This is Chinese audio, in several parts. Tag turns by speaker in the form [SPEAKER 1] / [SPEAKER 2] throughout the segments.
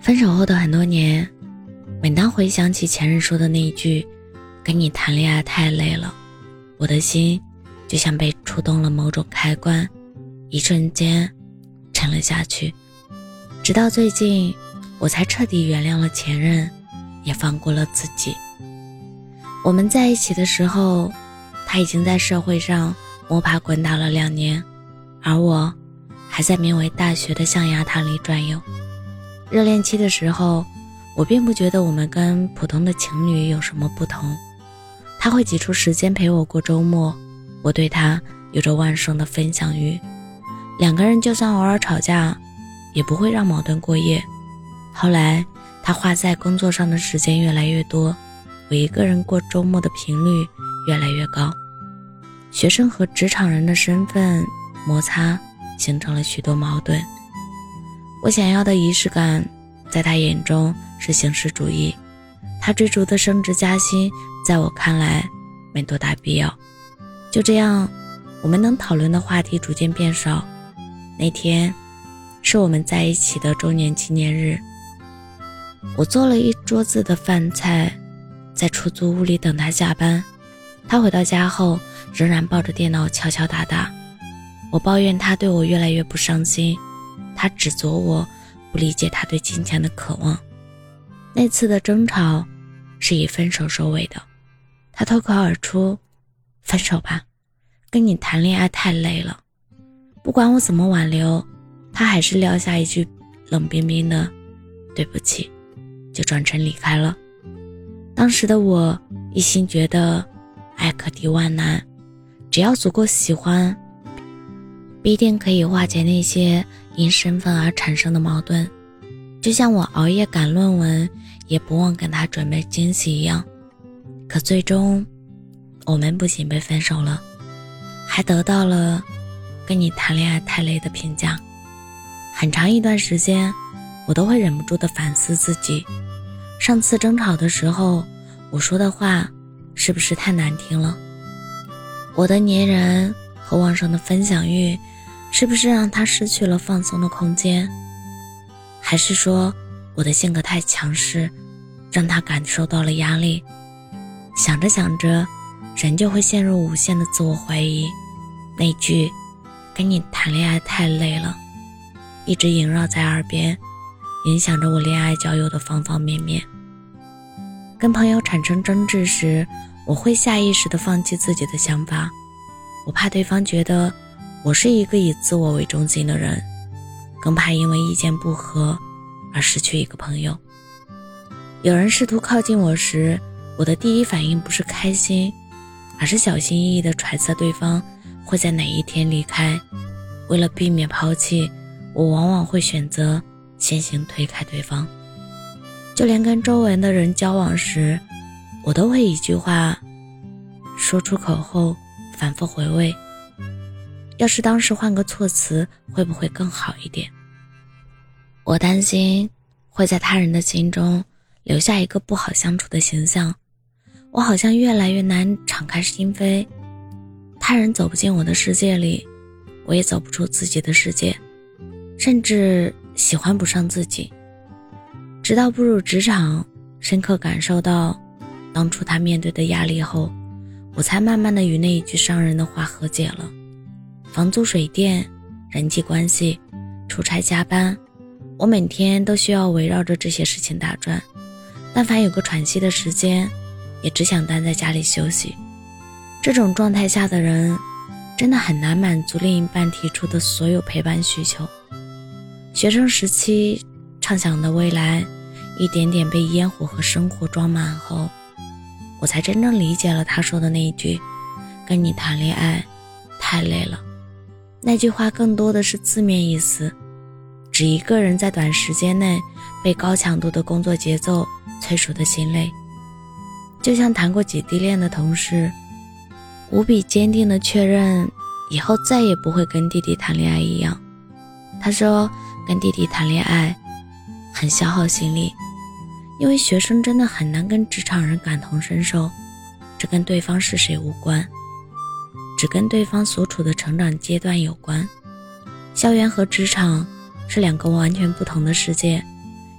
[SPEAKER 1] 分手后的很多年，每当回想起前任说的那一句跟你谈恋爱太累了，我的心就像被触动了某种开关，一瞬间沉了下去。直到最近，我才彻底原谅了前任，也放过了自己。我们在一起的时候，他已经在社会上摸爬滚打了2年，而我还在名为大学的象牙塔里转悠。热恋期的时候，我并不觉得我们跟普通的情侣有什么不同。他会挤出时间陪我过周末，我对他有着旺盛的分享欲。2个人就算偶尔吵架，也不会让矛盾过夜。后来他花在工作上的时间越来越多，我一个人过周末的频率越来越高。学生和职场人的身份摩擦形成了许多矛盾。我想要的仪式感，在他眼中是形式主义，他追逐的升职加薪，在我看来没多大必要。就这样，我们能讨论的话题逐渐变少。那天是我们在一起的周年纪念日，我做了一桌子的饭菜，在出租屋里等他下班。他回到家后仍然抱着电脑敲敲打打，我抱怨他对我越来越不上心，他指责我不理解他对金钱的渴望。那次的争吵是以分手收尾的，他脱口而出，分手吧，跟你谈恋爱太累了。不管我怎么挽留，他还是撂下一句冷冰冰的对不起，就转身离开了。当时的我一心觉得爱可抵万难，只要足够喜欢，必定可以化解那些因身份而产生的矛盾。就像我熬夜赶论文，也不忘跟他准备惊喜一样。可最终我们不仅被分手了，还得到了跟你谈恋爱太累的评价。很长一段时间，我都会忍不住地反思自己，上次争吵的时候，我说的话是不是太难听了？我的粘人和旺盛的分享欲，是不是让他失去了放松的空间？还是说我的性格太强势，让他感受到了压力？想着想着，人就会陷入无限的自我怀疑。那句跟你谈恋爱太累了，一直萦绕在耳边，影响着我恋爱交友的方方面面。跟朋友产生争执时，我会下意识地放弃自己的想法，我怕对方觉得我是一个以自我为中心的人，更怕因为意见不合而失去一个朋友。有人试图靠近我时，我的第一反应不是开心，而是小心翼翼地揣测对方会在哪一天离开。为了避免抛弃，我往往会选择先行推开对方。就连跟周围的人交往时，我都会一句话说出口后反复回味，要是当时换个措辞，会不会更好一点？我担心会在他人的心中留下一个不好相处的形象，我好像越来越难敞开心扉，他人走不进我的世界里，我也走不出自己的世界，甚至喜欢不上自己。直到步入职场，深刻感受到当初他面对的压力后，我才慢慢的与那一句伤人的话和解了。房租水电、人际关系、出差加班，我每天都需要围绕着这些事情打转，但凡有个喘息的时间，也只想待在家里休息。这种状态下的人，真的很难满足另一半提出的所有陪伴需求。学生时期畅想的未来，一点点被烟火和生活装满后，我才真正理解了他说的那一句跟你谈恋爱太累了。那句话更多的是字面意思，指一个人在短时间内被高强度的工作节奏催熟的心累。就像谈过几滴恋的同事，无比坚定地确认以后再也不会跟弟弟谈恋爱一样。他说跟弟弟谈恋爱很消耗心力，因为学生真的很难跟职场人感同身受，这跟对方是谁无关，只跟对方所处的成长阶段有关。校园和职场是2个完全不同的世界，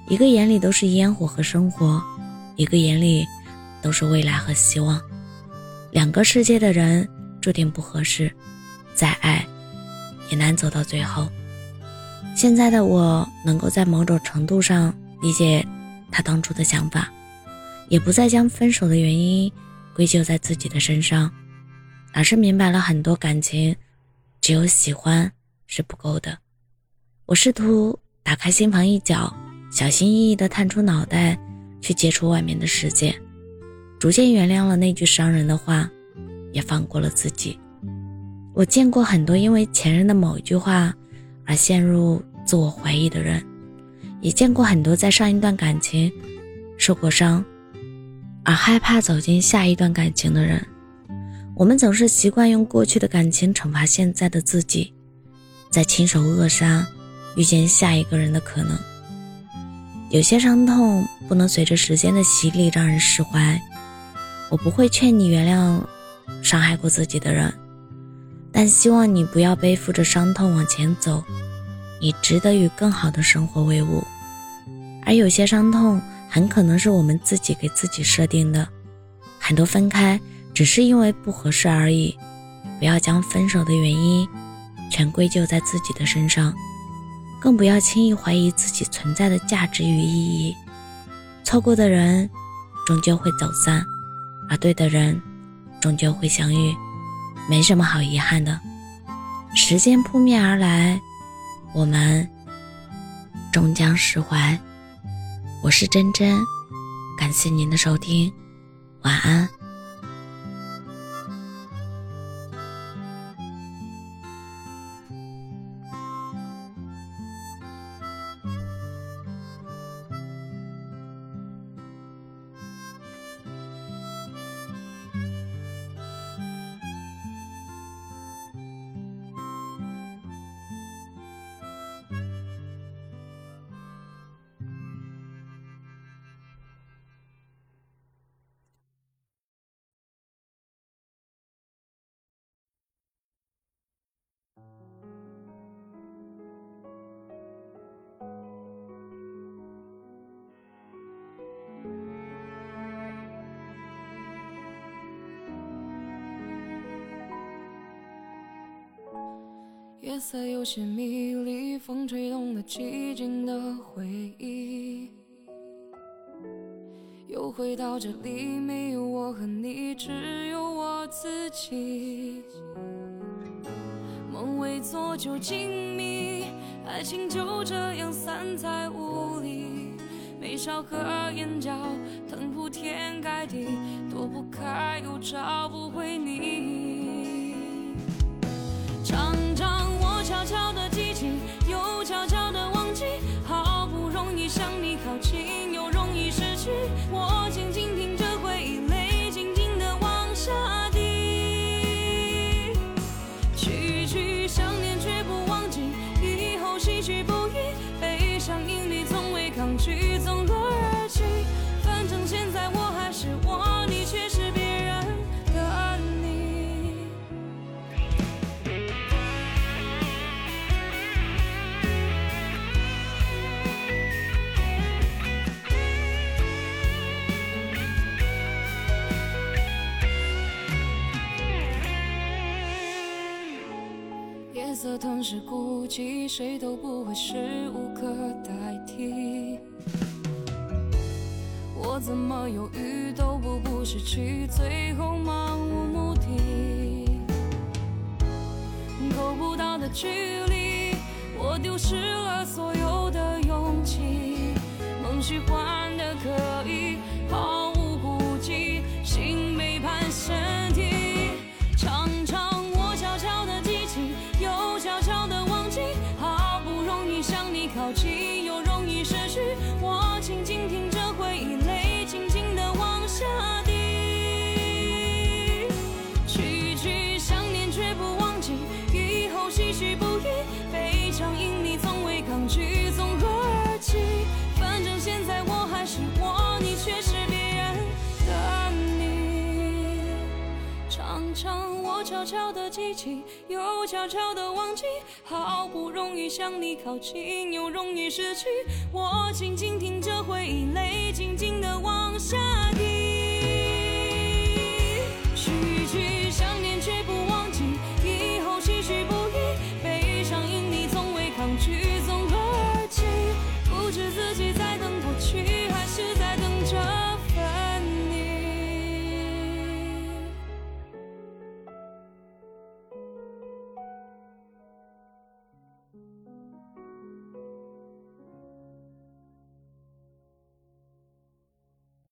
[SPEAKER 1] 一个眼里都是烟火和生活，一个眼里都是未来和希望。两个世界的人注定不合适，再爱也难走到最后。现在的我能够在某种程度上理解他当初的想法，也不再将分手的原因归咎在自己的身上，而是明白了很多感情只有喜欢是不够的。我试图打开心房一角，小心翼翼地探出脑袋去接触外面的世界，逐渐原谅了那句伤人的话，也放过了自己。我见过很多因为前任的某一句话而陷入自我怀疑的人，也见过很多在上一段感情受过伤而害怕走进下一段感情的人。我们总是习惯用过去的感情惩罚现在的自己，再亲手扼杀遇见下一个人的可能。有些伤痛不能随着时间的洗礼让人释怀，我不会劝你原谅伤害过自己的人，但希望你不要背负着伤痛往前走，你值得与更好的生活为伍。而有些伤痛很可能是我们自己给自己设定的，很多分开只是因为不合适而已，不要将分手的原因全归咎在自己的身上，更不要轻易怀疑自己存在的价值与意义。错过的人终究会走散，而对的人终究会相遇，没什么好遗憾的。时间扑面而来，我们终将释怀。我是真真，感谢您的收听，晚安。
[SPEAKER 2] 夜色有些迷离，风吹动了寂静的回忆，又回到这里，没有我和你，只有我自己。梦未做就静谧，爱情就这样散在雾里，眉梢和眼角疼铺天盖地，躲不开又找不回你。常常我悄悄地记起，又悄悄地忘记，好不容易向你靠近，又容易失去。我静静听着回忆，泪静静地往下滴。句句想念却不忘记，以后唏嘘不已，悲伤因你从未抗拒，总落而去。反正现在我还是我，你却是别人的你。夜色吞噬孤寂，谁都不会是无可代替。我怎么犹豫都不失去，最后漫无目的。够不到的距离，我丢失了所有的勇气。梦虚幻的可以，毫无顾忌，心背叛身体。常常我悄悄地记起，又悄悄地忘记，好不容易向你靠近，又容易失去。我静静听着回忆，泪静静地往下滴。句句想念却不忘记，以后唏嘘不已，悲伤因你从未抗拒，总落而去。反正现在我悄地记起，又悄悄地忘记。好不容易向你靠近，又容易失去。我静静听着回忆，泪静静地往下滴。